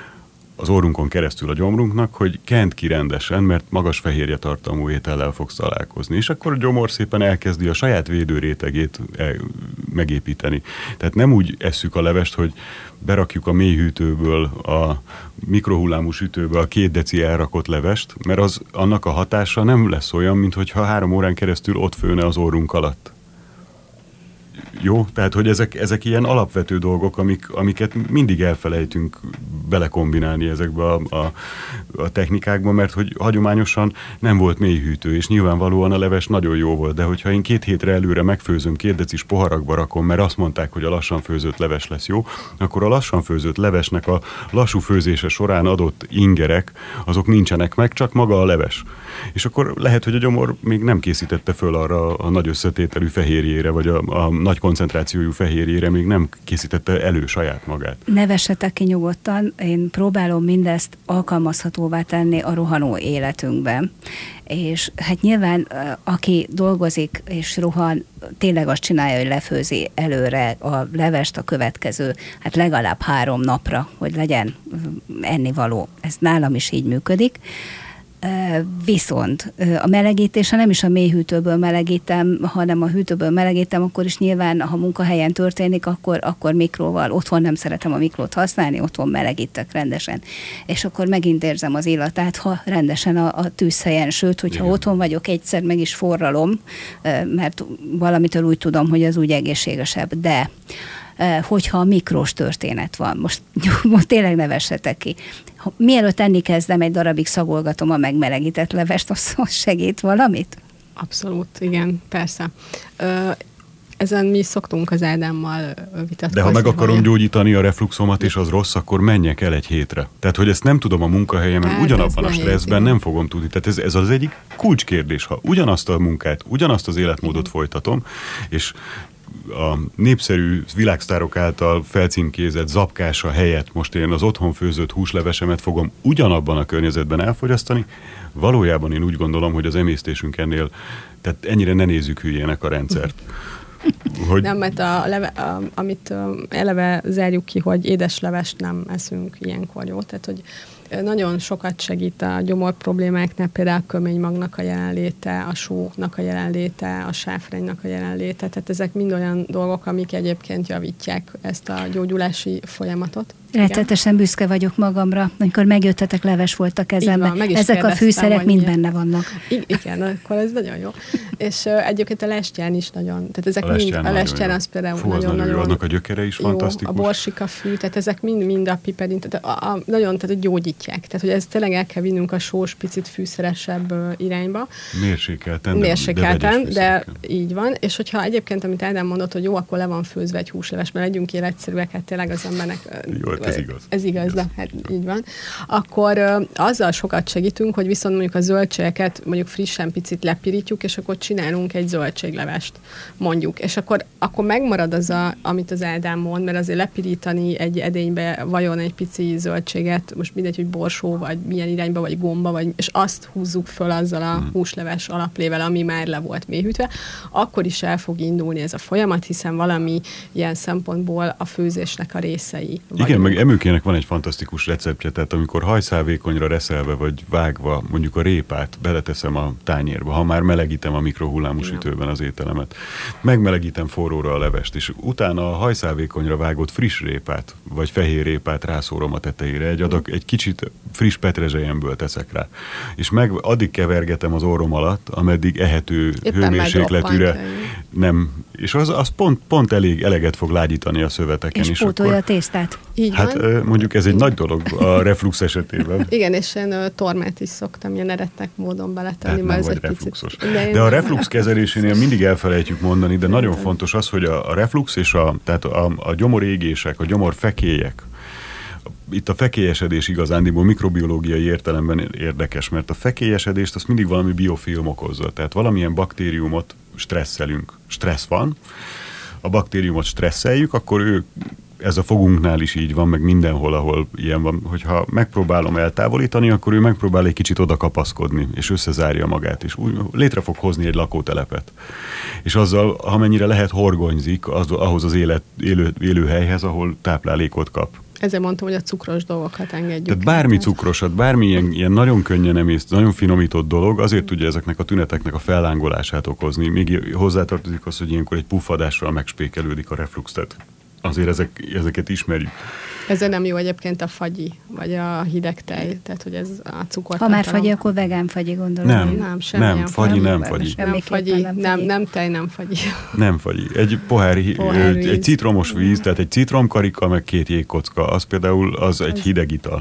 az orrunkon keresztül a gyomrunknak, hogy kent ki rendesen, mert magas fehérje tartalmú étellel fogsz találkozni. És akkor a gyomor szépen elkezdi a saját védőrétegét megépíteni. Tehát nem úgy esszük a levest, hogy berakjuk a mélyhűtőből a mikrohullámú sütőbe a két deci elrakott levest, mert az, annak a hatása nem lesz olyan, mint hogyha három órán keresztül ott főne az orrunk alatt. jó, tehát hogy ezek, ezek ilyen alapvető dolgok, amik, amiket mindig elfelejtünk belekombinálni ezekbe a, a, a technikákba, mert hogy hagyományosan nem volt mélyhűtő, és nyilvánvalóan a leves nagyon jó volt, de hogyha én két hétre előre megfőzöm, két decis poharakba rakom, mert azt mondták, hogy a lassan főzött leves lesz jó, akkor a lassan főzött levesnek a lassú főzése során adott ingerek, azok nincsenek meg, csak maga a leves. És akkor lehet, hogy a gyomor még nem készítette föl arra a nagy összetételű fehérjére, vagy a, a nagy koncentrációjú fehérjére, még nem készítette elő saját magát. Ne vessetek ki nyugodtan, én próbálom mindezt alkalmazhatóvá tenni a rohanó életünkben. És hát nyilván, aki dolgozik és rohan, tényleg azt csinálja, hogy lefőzi előre a levest a következő, hát legalább három napra, hogy legyen ennivaló. Ez nálam is így működik. Viszont a melegítése nem is a mélyhűtőből melegítem, hanem a hűtőből melegítem, akkor is nyilván, ha munkahelyen történik, akkor, akkor mikróval. Otthon nem szeretem a mikrót használni, otthon melegítek rendesen. És akkor megint érzem az illatát, ha rendesen a, a tűzhelyen, sőt, hogyha igen. Otthon vagyok, egyszer meg is forralom, mert valamitől úgy tudom, hogy az úgy egészségesebb. De hogyha a mikrós történet van, most, most tényleg ne vessetek ki. Ha, mielőtt enni kezdem, egy darabig szagolgatom a megmelegített levest, az segít valamit? Abszolút, igen, persze. Ö, ezen mi szoktunk az Ádámmal vitatkozni. De ha meg akarom hogy... gyógyítani a refluxomat, és az rossz, akkor menjek el egy hétre. Tehát, hogy ezt nem tudom a munkahelyemen, hát, ugyanabban a stresszben nem fogom tudni. Tehát ez, ez az egyik kulcskérdés. Ha ugyanazt a munkát, ugyanazt az életmódot igen. folytatom, és a népszerű világsztárok által felcímkézett zapkása helyett most én az otthon főzött húslevesemet fogom ugyanabban a környezetben elfogyasztani, valójában én úgy gondolom, hogy az emésztésünk ennél, tehát ennyire ne nézzük hülyének a rendszert. Hogy... Nem, mert a leve, a, amit eleve zárjuk ki, hogy édeslevest nem eszünk ilyenkor, jó? Tehát, hogy nagyon sokat segít a gyomor problémáknál, például a köménymagnak a jelenléte, a sónak a jelenléte, a sáfránynak a jelenléte, tehát ezek mind olyan dolgok, amik egyébként javítják ezt a gyógyulási folyamatot. Rettetesen büszke vagyok magamra, amikor megjöttetek, leves volt a kezemben. Van, ezek a fűszerek mind ilyen. Benne vannak. I- igen, akkor ez nagyon jó. És uh, egyébként a lestján is nagyon, tehát ezek a mind, a lestján az például Fú, nagyon, nagyon jó. Annak a gyökere is jó, fantasztikus. A borsika fű, tehát ezek mind-mind a piperin, tehát a, a, nagyon tehát gyógyítják. Tehát, hogy ezt tényleg el kell vinnünk a sós, picit fűszeresebb uh, irányba. Mérsékelten. Mérsékelten, de, de így van. És hogyha egyébként, amit Ádám mondott, hogy jó, akkor le van főzve egy húsleves, mert legyünk életszerűek, hát tényleg az embernek... Jó, ez igaz. Ez igaz, igaz. De hát így van. Akkor uh, azzal sokat segítünk, hogy viszont mondjuk a zöldségeket mondjuk frissen picit lepirítjuk, és akkor csinálunk egy zöldséglevest, mondjuk. És akkor, akkor megmarad az, a, amit az Ádám mond, mert azért lepirítani egy edénybe vajon egy pici zöldséget, most mindegy, hogy borsó, vagy milyen irányba, vagy gomba, vagy, és azt húzzuk föl azzal a hmm. húsleves alaplével, ami már le volt mélyhűtve, akkor is el fog indulni ez a folyamat, hiszen valami ilyen szempontból a főzésnek a részei. Igen, meg emőkének van egy fantasztikus receptje, tehát amikor hajszálvékonyra reszelve vagy vágva mondjuk a répát beleteszem a tányérba, ha már melegítem a mikrohullámú sütőben az ételemet, megmelegítem forróra a levest, és utána a hajszálvékonyra vágott friss répát, vagy fehér répát rászórom a tetejére, egy adag, egy kicsit friss petrezselyemből teszek rá. És meg addig kevergetem az orrom alatt, ameddig ehető éppen hőmérsékletűre nem. És az, az pont, pont elég eleget fog lágyítani a szöveteken. És pótolja a tésztát. Így hát van. Mondjuk ez egy nagy dolog a reflux esetében. Igen, és én uh, tormát is szoktam ilyen erettek módon beletenni. Tehát nem vagy refluxos. Picit, de, de a reflux kezelésénél mindig elfelejtjük mondani, de nagyon fontos az, hogy a, a reflux és a, tehát a, a gyomorégések, a gyomorfekélyek, itt a fekélyesedés igazándiból mikrobiológiai értelemben érdekes, mert a fekélyesedést azt mindig valami biofilm okozza. Tehát valamilyen baktériumot stresszelünk. Stressz van, a baktériumot stresszeljük, akkor ő, ez a fogunknál is így van, meg mindenhol, ahol ilyen van, hogyha megpróbálom eltávolítani, akkor ő megpróbál egy kicsit oda kapaszkodni, és összezárja magát, és úgy létre fog hozni egy lakótelepet. És azzal, amennyire lehet, horgonyzik az, ahhoz az élet, élő, élőhelyhez, ahol táplálékot kap. Ezért mondtam, hogy a cukros dolgokat engedjük. Tehát bármi cukrosat, bármi ilyen, ilyen nagyon könnyen emészt, nagyon finomított dolog, azért tudja ezeknek a tüneteknek a fellángolását okozni. Még hozzátartozik az, hogy ilyenkor egy puffadással megspékelődik a reflux. Tehát azért ezek, ezeket ismerjük. Ezzel nem jó egyébként a fagyi, vagy a hideg tej, tehát hogy ez a cukor. Ha már fagyi, akkor vegán fagyi, gondolom. Nem, nem, nem fagyi, nem fagyi. Nem fagyi, nem, nem tej, nem fagyi. Nem fagyi. Egy pohár, pohár víz. Egy citromos víz, tehát egy citromkarika, meg két jégkocka, az például az egy hideg ital.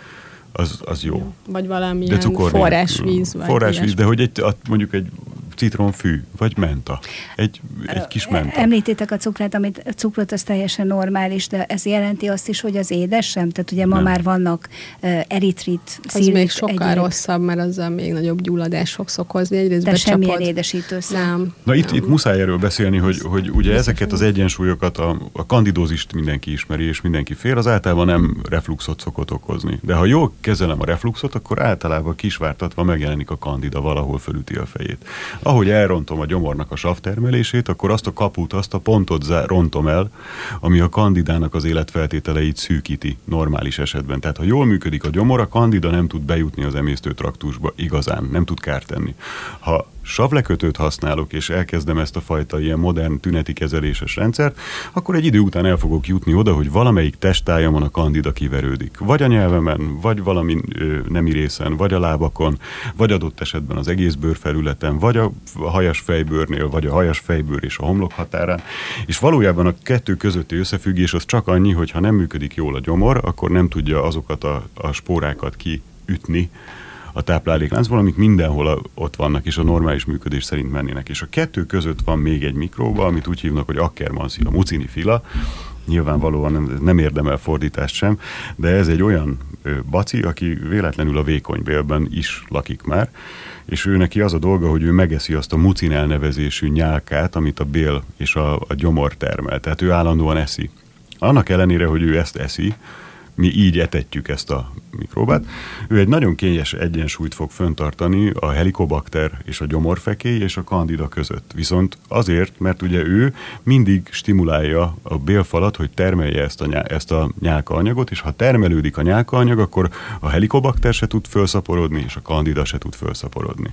Az, az jó. Vagy valamilyen forrásvíz. Vagy forrásvíz, de hogy egy, mondjuk egy citromfű, vagy menta. Egy, egy kis menta. Említétek a cukrát, amit a cukrot az teljesen normális, de ez jelenti azt is, hogy az édes sem? Tehát ugye ma nem. már vannak uh, eritrit, szilvit. Az még sokkal egyéb. rosszabb, mert azzal még nagyobb gyulladás fog okozni. Egyrészt de semmilyen édesítőszer. Nem. Na itt, itt muszáj erről beszélni, hogy, hogy ugye ezeket az egyensúlyokat, a, a kandidózist mindenki ismeri, és mindenki fél, az általában nem refluxot szokott okozni. De ha jól kezelem a refluxot, akkor általában kisvártatva megjelenik a kandida, valahol fölüti a fejét. Ahogy elrontom a gyomornak a savtermelését, akkor azt a kaput, azt a pontot zá- rontom el, ami a kandidának az életfeltételeit szűkíti normális esetben. Tehát ha jól működik a gyomor, a kandida nem tud bejutni az emésztőtraktusba igazán, nem tud kárt tenni. Ha savlekötőt használok, és elkezdem ezt a fajta ilyen modern tüneti kezeléses rendszert, akkor egy idő után el fogok jutni oda, hogy valamelyik testtájamon a kandida kiverődik. Vagy a nyelvemen, vagy valami ö, nemi részen, vagy a lábakon, vagy adott esetben az egész bőrfelületen, vagy a hajas fejbőrnél, vagy a hajas fejbőr és a homlok határán. És valójában a kettő közötti összefüggés az csak annyi, hogy ha nem működik jól a gyomor, akkor nem tudja azokat a, a spórákat kiütni a táplálékláncból, amik mindenhol ott vannak, és a normális működés szerint mennének. És a kettő között van még egy mikróba, amit úgy hívnak, hogy Akkermansia mucinifila. Nyilvánvalóan nem, nem érdemel fordítást sem, de ez egy olyan ö, baci, aki véletlenül a vékonybélben is lakik már, és ő neki az a dolga, hogy ő megeszi azt a mucin elnevezésű nyálkát, amit a bél és a, a gyomor termel. Tehát ő állandóan eszi. Annak ellenére, hogy ő ezt eszi, mi így etetjük ezt a mikróbát. Ő egy nagyon kényes egyensúlyt fog föntartani a helikobakter és a gyomorfekély és a kandida között. Viszont azért, mert ugye ő mindig stimulálja a bélfalat, hogy termelje ezt a, nyá- ezt a nyálkaanyagot, és ha termelődik a nyálkaanyag, akkor a helikobakter se tud felszaporodni, és a kandida se tud felszaporodni.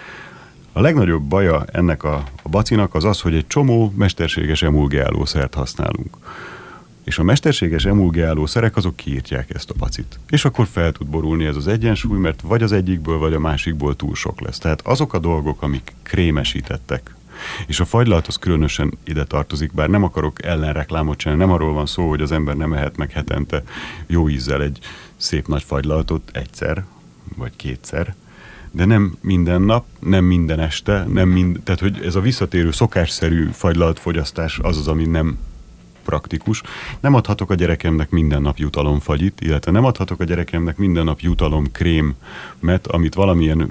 A legnagyobb baja ennek a, a bacinak az az, hogy egy csomó mesterséges emulgálószert használunk. És a mesterséges emulgálószerek azok kiírtják ezt a bacit. És akkor fel tud borulni ez az egyensúly, mert vagy az egyikből, vagy a másikból túl sok lesz. Tehát azok a dolgok, amik krémesítettek, és a fagylalt az különösen ide tartozik, bár nem akarok ellenreklámot csinálni, nem arról van szó, hogy az ember nem ehet meg hetente jó ízzel egy szép nagy fagylaltot egyszer, vagy kétszer, de nem minden nap, nem minden este, nem mind, tehát hogy ez a visszatérő szokásszerű fagylaltfogyasztás az az, ami nem praktikus. Nem adhatok a gyerekemnek minden nap jutalomfagyit, illetve nem adhatok a gyerekemnek minden nap jutalomkrémet, amit valamilyen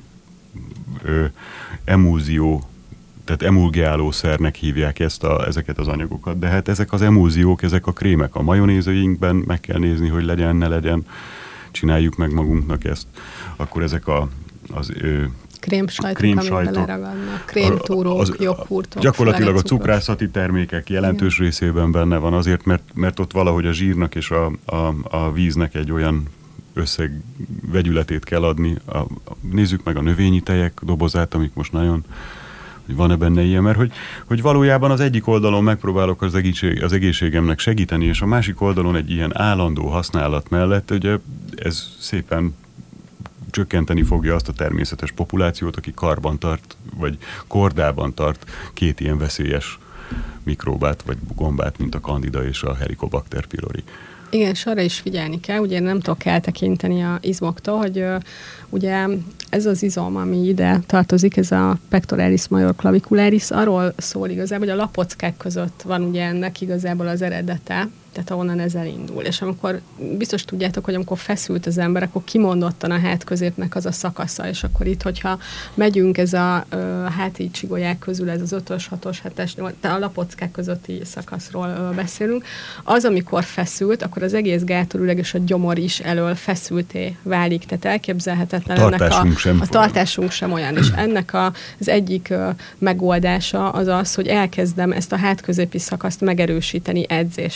ö, emulzió, tehát emulgálószernek hívják ezt a, ezeket az anyagokat, de hát ezek az emulziók, ezek a krémek. A majonézőinkben meg kell nézni, hogy legyen, ne legyen, csináljuk meg magunknak ezt. Akkor ezek a, az ö, krémsajtok, amik beleragadnak, krémtúrók, joghurtok. Gyakorlatilag a cukrászati termékek jelentős igen. részében benne van azért, mert, mert ott valahogy a zsírnak és a, a, a víznek egy olyan összegvegyületét kell adni. A, a, nézzük meg a növényi tejek dobozát, amik most nagyon, hogy van-e benne ilyen, mert hogy, hogy valójában az egyik oldalon megpróbálok az, egészség, az egészségemnek segíteni, és a másik oldalon egy ilyen állandó használat mellett, ugye ez szépen csökkenteni fogja azt a természetes populációt, aki karban tart, vagy kordában tart két ilyen veszélyes mikróbát, vagy gombát, mint a kandida és a helicobacter pylori. Igen, és arra is figyelni kell, ugye nem tudok eltekinteni a izmoktól, hogy uh, ugye ez az izom, ami ide tartozik, ez a pectoralis major clavicularis, arról szól igazából, hogy a lapockák között van ugye ennek igazából az eredete, tehát ahonnan ez elindul. És amikor biztos tudjátok, hogy amikor feszült az ember, akkor kimondottan a hátközépnek az a szakasza, és akkor itt, hogyha megyünk ez a uh, háti csigolyák közül, ez az ötös, hatos, hetes, a lapockák közötti szakaszról uh, beszélünk, az, amikor feszült, akkor az egész gátorüleg és a gyomor is elől feszülté válik. Tehát elképzelhetetlen a tartásunk ennek a, sem a tartásunk sem olyan. És ennek a, az egyik uh, megoldása az az, hogy elkezdem ezt a hátközépi szakaszt megerősíteni edzéssel. Tehát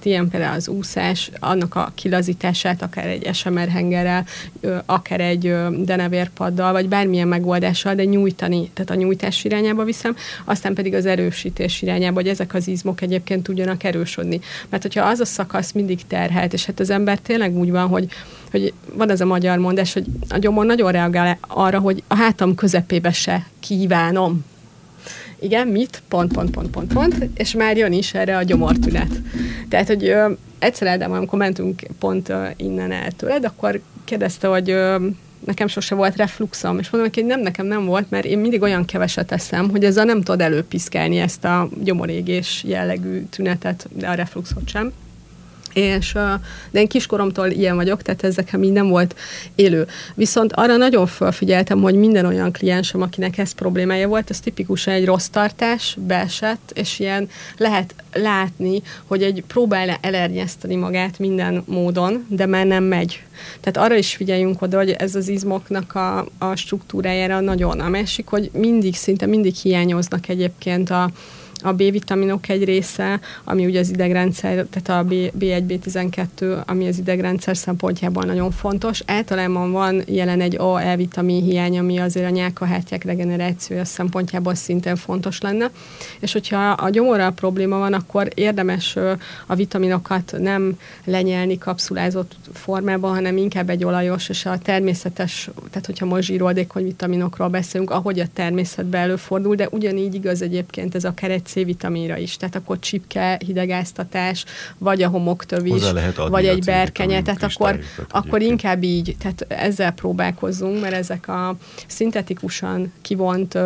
ilyen például az úszás, annak a kilazítását, akár egy es em er hengerrel, akár egy denevérpaddal, vagy bármilyen megoldással, de nyújtani, tehát a nyújtás irányába viszem, aztán pedig az erősítés irányába, hogy ezek az izmok egyébként tudjanak erősödni. Mert hogyha az a szakasz mindig terhelt, és hát az ember tényleg úgy van, hogy, hogy van ez a magyar mondás, hogy a gyomor nagyon reagál arra, hogy a hátam közepébe se kívánom. Igen, mit? Pont, pont, pont, pont, pont, és már jön is erre a gyomortünet. Tehát, hogy ö, egyszer Ádám, amikor mentünk pont ö, innen el tőled, akkor kérdezte, hogy ö, nekem sose volt refluxom, és mondom, hogy nem, nekem nem volt, mert én mindig olyan keveset eszem, hogy ezzel nem tudod előpiszkálni ezt a gyomorégés jellegű tünetet, de a refluxot sem. És, de én kiskoromtól ilyen vagyok, tehát ez nekem így nem volt élő. Viszont arra nagyon felfigyeltem, hogy minden olyan kliensem, akinek ez problémája volt, ez tipikusan egy rossz tartás, beesett, és ilyen lehet látni, hogy egy próbál elernyeszteni magát minden módon, de már nem megy. Tehát arra is figyeljünk oda, hogy ez az izmoknak a, a struktúrájára nagyon. A másik, hogy mindig, szinte mindig hiányoznak egyébként a a B-vitaminok egy része, ami ugye az idegrendszer, tehát a bé egy, bé tizenkettő, ami az idegrendszer szempontjából nagyon fontos. Általában van jelen egy A E-vitamin hiány, ami azért a nyálkahártyák regenerációja szempontjából szintén fontos lenne. És hogyha a gyomorral probléma van, akkor érdemes a vitaminokat nem lenyelni kapszulázott formában, hanem inkább egy olajos, és a természetes, tehát hogyha most zsíroldékony vitaminokról beszélünk, ahogy a természetben előfordul, de ugyanígy igaz egyébként ez akár egy C-vitaminra is, tehát akkor csipke, hidegáztatás, vagy a homoktövis, vagy egy berkenye, tehát akkor, akkor inkább így, tehát ezzel próbálkozzunk, mert ezek a szintetikusan kivont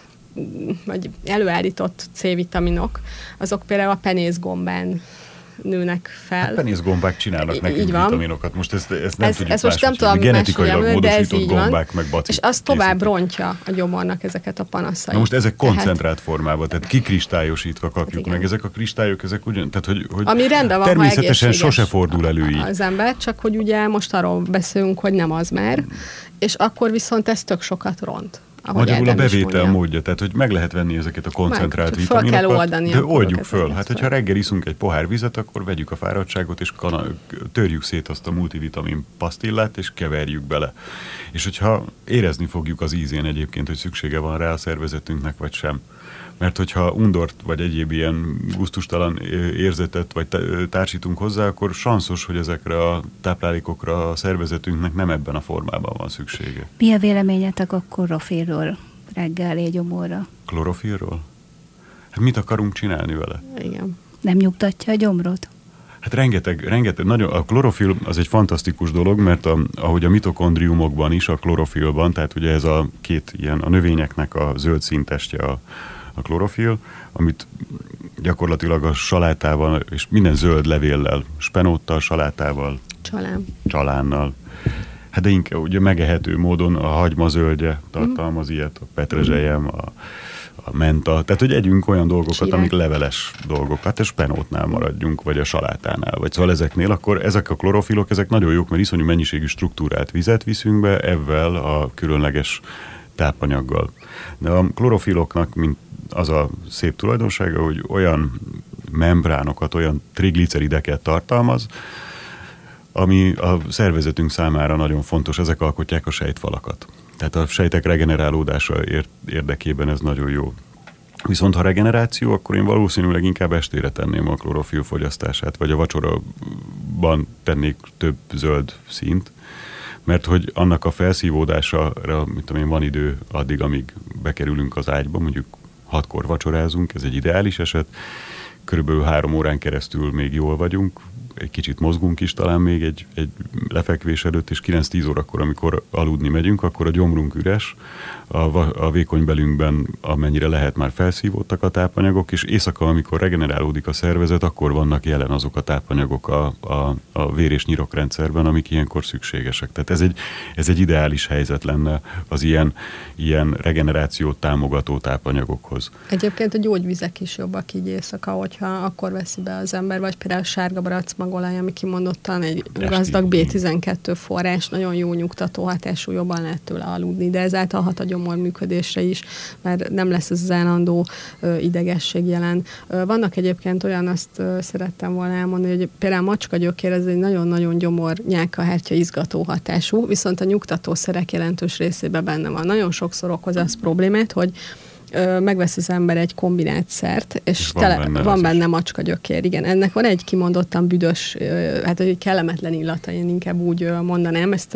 vagy előállított C-vitaminok, azok például a penészgombán nőnek fel. Hát penészgombák csinálnak nekünk vitaminokat. Most ezt, ezt nem ez, tudjuk ez most nem tudom genetikailag módosított gombák meg bacik. És az tovább rontja a gyomornak ezeket a panaszait. Na most ezek koncentrált tehát, formában, tehát kikristályosítva kapjuk igen. meg. Ezek a kristályok, ezek ugyan, tehát hogy, hogy ami rendben van, természetesen sose fordul elő így. Az ember, csak hogy ugye most arról beszélünk, hogy nem az már, és akkor viszont ez tök sokat ront. Magyarul a bevétel módja, tehát hogy meg lehet venni ezeket a koncentrált meg, vitaminokat, de oldjuk föl. Hát, hogyha reggel iszunk egy pohár vizet, akkor vegyük a fáradtságot, és kana, törjük szét azt a multivitamin pasztillát, és keverjük bele. És hogyha érezni fogjuk az ízén egyébként, hogy szüksége van rá a szervezetünknek, vagy sem. Mert hogyha undort, vagy egyéb ilyen gusztustalan érzetet, vagy társítunk hozzá, akkor sanszos, hogy ezekre a táplálékokra a szervezetünknek nem ebben a formában van szüksége. Mi a véleményetek a klorofillról reggel gyomorra? Klorofillról? Hát mit akarunk csinálni vele? Igen. Nem nyugtatja a gyomrot? Hát rengeteg, rengeteg, nagyon, a klorofill az egy fantasztikus dolog, mert a, ahogy a mitokondriumokban is, a klorofillban, tehát ugye ez a két ilyen, a növényeknek a zöld színtestje a a klorofill, amit gyakorlatilag a salátával és minden zöld levéllel, spenóttal, salátával, Csalán. csalánnal, hát de inkább ugye megehető módon a hagyma zöldje tartalmaz mm. ilyet, a petrezselyem, a, a menta, tehát hogy együnk olyan dolgokat, Csirek. amik leveles dolgok, hát a spenótnál maradjunk, vagy a salátánál, vagy szóval ezeknél, akkor ezek a klorofillok, ezek nagyon jók, mert iszonyú mennyiségű struktúrát vizet viszünk be, ezzel a különleges tápanyaggal. De a klorofilloknak, mint az a szép tulajdonsága, hogy olyan membránokat, olyan triglicerideket tartalmaz, ami a szervezetünk számára nagyon fontos, ezek alkotják a sejtfalakat. Tehát a sejtek regenerálódása érdekében ez nagyon jó. Viszont ha regeneráció, akkor én valószínűleg inkább estére tenném a klorofill fogyasztását, vagy a vacsoraban tennék több zöld színt, mert hogy annak a felszívódására, mit tudom én, van idő addig, amíg bekerülünk az ágyba, mondjuk hatkor vacsorázunk, ez egy ideális eset, körülbelül három órán keresztül még jól vagyunk, egy kicsit mozgunk is talán még egy, egy lefekvés előtt, és kilenc-tíz órakor, amikor aludni megyünk, akkor a gyomrunk üres, a, a vékony belünkben amennyire lehet már felszívódtak a tápanyagok, és éjszaka, amikor regenerálódik a szervezet, akkor vannak jelen azok a tápanyagok a, a, a vér- és nyirokrendszerben, amik ilyenkor szükségesek. Tehát ez egy, ez egy ideális helyzet lenne az ilyen, ilyen regenerációt támogató tápanyagokhoz. Egyébként a gyógyvizek is jobbak így éjszaka, hogyha akkor veszi be az ember, vagy például sárga barack magolaj, ami kimondottan egy gazdag bé tizenkettő forrás, nagyon jó nyugtató hatású, jobban lehet tőle aludni, de ezáltal hat a gyomor működésre is, mert nem lesz ez az állandó ö, idegesség jelen. Ö, vannak egyébként olyan, azt ö, szerettem volna elmondani, hogy például a macskagyökér, ez egy nagyon-nagyon gyomor nyálkahártya izgató hatású, viszont a nyugtatószerek jelentős részében benne van. Nagyon sokszor okoz az problémát, hogy megvesz az ember egy kombinált szert, és, és van tele, benne, van benne macskagyökér. Igen, ennek van egy kimondottan büdös, hát egy kellemetlen illata, én inkább úgy mondanám ezt,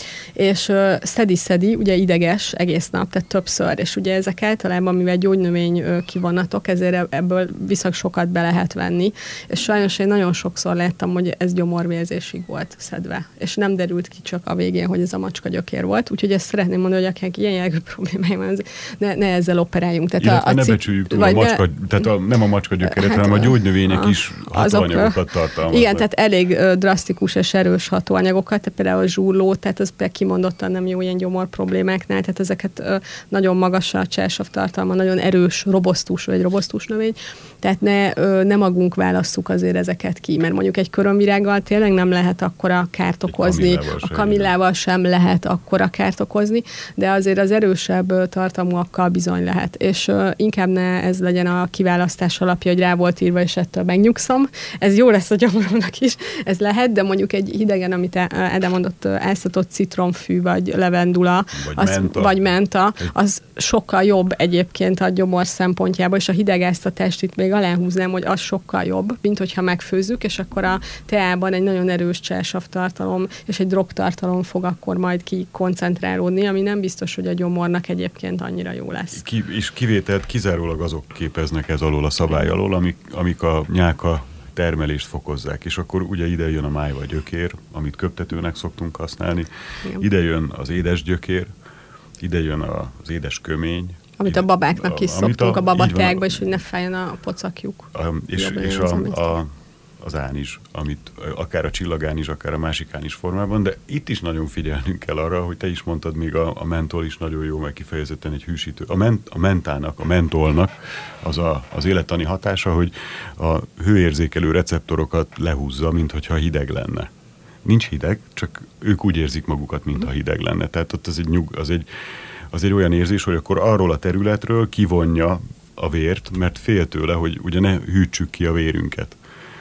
és szedi-szedi, ugye ideges egész nap, tehát többször, és ugye ezek általában, mivel gyógynövény kivonatok, ezért ebből viszont sokat be lehet venni, és sajnos én nagyon sokszor láttam, hogy ez gyomorvérzésig volt szedve, és nem derült ki csak a végén, hogy ez a macskagyökér volt, úgyhogy ezt szeretném mondani, hogy akik ilyen jellegű problémáim van, ne, ne ezzel operáljunk. Tehát a, a ne becsüljük túl a macska, ne, tehát a, nem a macskagyökeret, hát, hanem a gyógynövények a, is hatóanyagokat tartalmaznak. Igen, tehát elég uh, drasztikus és erős hatóanyagokat, tehát például a zsúrló, tehát az például kimondottan nem jó ilyen gyomor problémáknál, tehát ezeket uh, nagyon magas a cselsav tartalma, nagyon erős, robosztus vagy robosztus növény, tehát ne, uh, ne magunk válasszuk azért ezeket ki, mert mondjuk egy körömvirággal tényleg nem lehet akkora kárt okozni, a kamillával sem lehet akkora kárt okozni, de azért az erősebb tartalmúakkal bizony lehet. És uh, inkább ne ez legyen a kiválasztás alapja, hogy rá volt írva, és ettől megnyugszom. Ez jó lesz a gyomoromnak is, ez lehet, de mondjuk egy hidegen, amit Ede mondott, elszatott citromfű, vagy levendula, vagy, az, menta. vagy menta, az sokkal jobb egyébként a gyomor szempontjából, és a hidegáztatást itt még aláhúznám, hogy az sokkal jobb, mint hogyha megfőzzük, és akkor a teában egy nagyon erős cselsav-tartalom és egy drogtartalom fog akkor majd ki koncentrálódni, ami nem biztos, hogy a gyomornak egyébként annyira jó lesz. Ki, és kivételt kizárólag azok képeznek ez alól a szabály alól, amik, amik a nyálka termelést fokozzák, és akkor ugye ide jön a máj vagy gyökér, amit köptetőnek szoktunk használni, igen. Ide jön az édes gyökér, ide jön az édes kömény, amit a babáknak is a, szoktunk a, a babateákba, és hogy ne fájjon a pocakjuk. A, és és a, a, az ánizs, amit akár a csillagánizs, akár a másik ánizs formában, de itt is nagyon figyelnünk kell arra, hogy te is mondtad, még a, a mentol is nagyon jó, meg kifejezetten egy hűsítő. A, ment, a mentának, a mentolnak az a, az élettani hatása, hogy a hőérzékelő receptorokat lehúzza, mintha hideg lenne. Nincs hideg, csak ők úgy érzik magukat, mintha hideg lenne. Tehát ott az egy, nyug, az egy, az egy olyan érzés, hogy akkor arról a területről kivonja a vért, mert fél tőle, hogy ugye ne hűtsük ki a vérünket.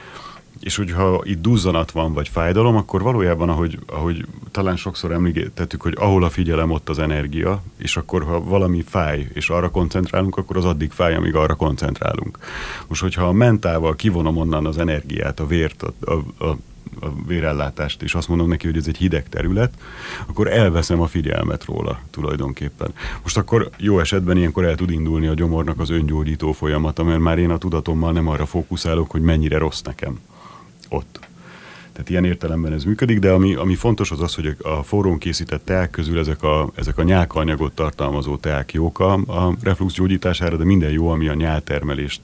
És hogyha itt duzzanat van, vagy fájdalom, akkor valójában, ahogy, ahogy talán sokszor említettük, hogy ahol a figyelem, ott az energia, és akkor, ha valami fáj, és arra koncentrálunk, akkor az addig fáj, amíg arra koncentrálunk. Most, hogyha a mentával kivonom onnan az energiát, a vért, a, a, a a vérellátást, és azt mondom neki, hogy ez egy hideg terület, akkor elveszem a figyelmet róla tulajdonképpen. Most akkor jó esetben ilyenkor el tud indulni a gyomornak az öngyógyító folyamata, mert már én a tudatommal nem arra fókuszálok, hogy mennyire rossz nekem ott. Tehát ilyen értelemben ez működik, de ami, ami fontos az az, hogy a forrón készített teák közül ezek a, ezek a nyálkaanyagot tartalmazó teák jók a, a reflux gyógyítására, de minden jó, ami a nyáltermelést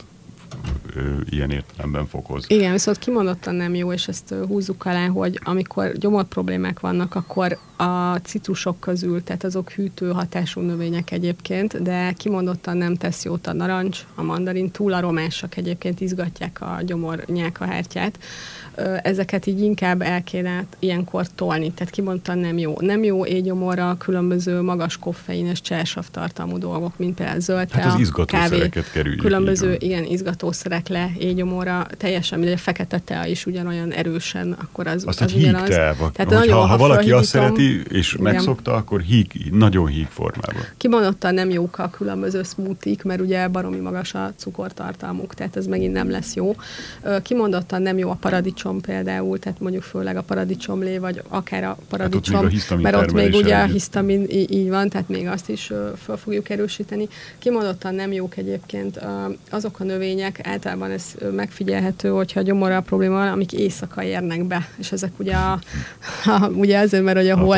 ilyen értelemben fokoz. Igen, viszont kimondottan nem jó, és ezt húzzuk alá, hogy amikor gyomor problémák vannak, akkor a citrusok közül, tehát azok hűtő hatású növények egyébként, de kimondottan nem tesz jót a narancs, a mandarin, túl aromásak egyébként, izgatják a gyomor nyálkahártyát. Ezeket így inkább el kéne ilyenkor tolni, tehát kimondottan nem jó. Nem jó éjgyomorra különböző magas koffeines cselsav tartalmú dolgok, mint például zöld tea, hát az izgatószereket kerüljük. Különböző, igen, izgatószerek le éjgyomorra, teljesen mindegy, a fekete tea is ugyanolyan erősen, akkor az, azt az egy ugyanaz. Tea, tehát nagyon, ha, ha valaki azt szereti, és igen. megszokta, akkor híg, nagyon híg formában. Kimondottan nem jók a különböző smoothie-k, mert ugye baromi magas a cukortartalmuk, tehát ez megint nem lesz jó. Kimondottan nem jó a paradicsom például, tehát mondjuk főleg a paradicsomlé, vagy akár a paradicsom, hát ott mert ott még ugye a hisztamin így, így van, tehát még azt is fel fogjuk erősíteni. Kimondottan nem jók egyébként azok a növények, általában ez megfigyelhető, hogyha a gyomorral probléma van, amik éjszaka érnek be, és ezek ugye, a, a, ugye azért, mert hogy a hold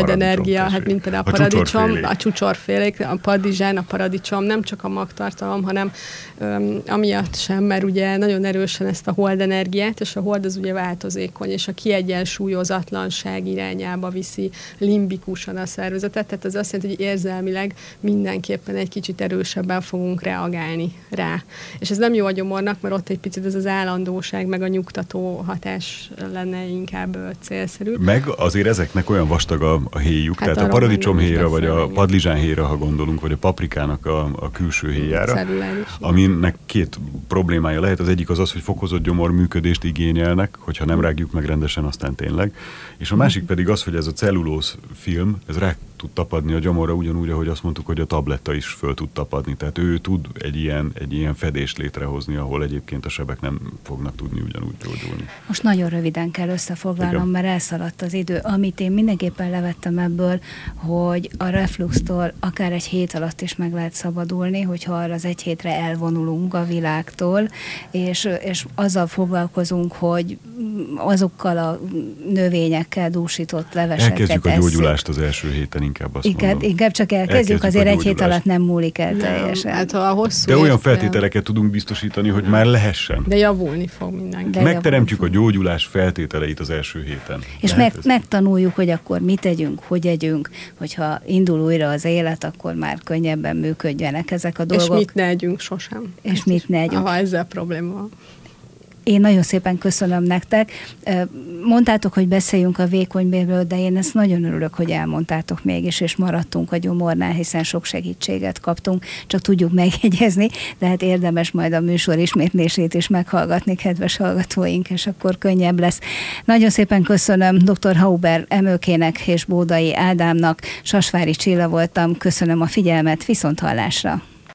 zöld energia, hát mint például a, a paradicsom, a csúcsorfélék, a padizsán, a paradicsom, nem csak a magtartalom, hanem öm, amiatt sem, mert ugye nagyon erősen ezt a hold energiát, és a hold az ugye változékony, és a kiegyensúlyozatlanság irányába viszi limbikusan a szervezetet, tehát az azt jelenti, hogy érzelmileg mindenképpen egy kicsit erősebben fogunk reagálni rá. És ez nem jó a gyomornak, mert ott egy picit ez az állandóság, meg a nyugtató hatás lenne inkább célszerű. Meg azért ezeknek olyan vastag a, a héjuk, hát tehát a paradicsomhéjra, vagy a padlizsánhéjra, ha gondolunk, vagy a paprikának a, a külső héjára, aminek két problémája lehet. Az egyik az az, hogy fokozott gyomor működést igényelnek, hogyha nem rágjuk meg rendesen, aztán tényleg. És a másik pedig az, hogy ez a cellulóz film, ez rá tud tapadni a gyomorra, ugyanúgy, ahogy azt mondtuk, hogy a tabletta is föl tud tapadni. Tehát ő tud egy ilyen, egy ilyen fedést létrehozni, ahol egyébként a sebek nem fognak tudni ugyanúgy gyógyulni. Most nagyon röviden kell összefoglalnom, igen, mert elszaladt az idő. Amit én mindenképpen levettem ebből, hogy a refluxtól akár egy hét alatt is meg lehet szabadulni, hogyha arra az egy hétre elvonulunk a világtól, és, és azzal foglalkozunk, hogy azokkal a növényekkel dúsított leveseket elkezdjük a gyógyulást az első héten, inkább azt inkább, mondom. Inkább csak elkezdjük, elkezdjük azért egy hét alatt nem múlik el teljesen. Hát, a hosszú de olyan feltételeket tudunk biztosítani, hogy már lehessen. De javulni fog mindenki. De megteremtjük a gyógyulás feltételeit az első héten. És meg, megtanuljuk, hogy akkor mit tegyünk, hogy együnk, hogyha indul újra az élet, akkor már könnyebben működjenek ezek a dolgok. És mit ne együnk sosem. És Ez mit ne együnk. Ha ezzel probléma van. Én nagyon szépen köszönöm nektek. Mondtátok, hogy beszéljünk a vékonybélről, de én ezt nagyon örülök, hogy elmondtátok mégis, és maradtunk a gyomornál, hiszen sok segítséget kaptunk, csak tudjuk megjegyezni, de hát érdemes majd a műsor ismétlését is meghallgatni, kedves hallgatóink, és akkor könnyebb lesz. Nagyon szépen köszönöm dr. Hauber Emőkének és Bódai Ádámnak, Sasvári Csilla voltam, köszönöm a figyelmet, viszonthallásra!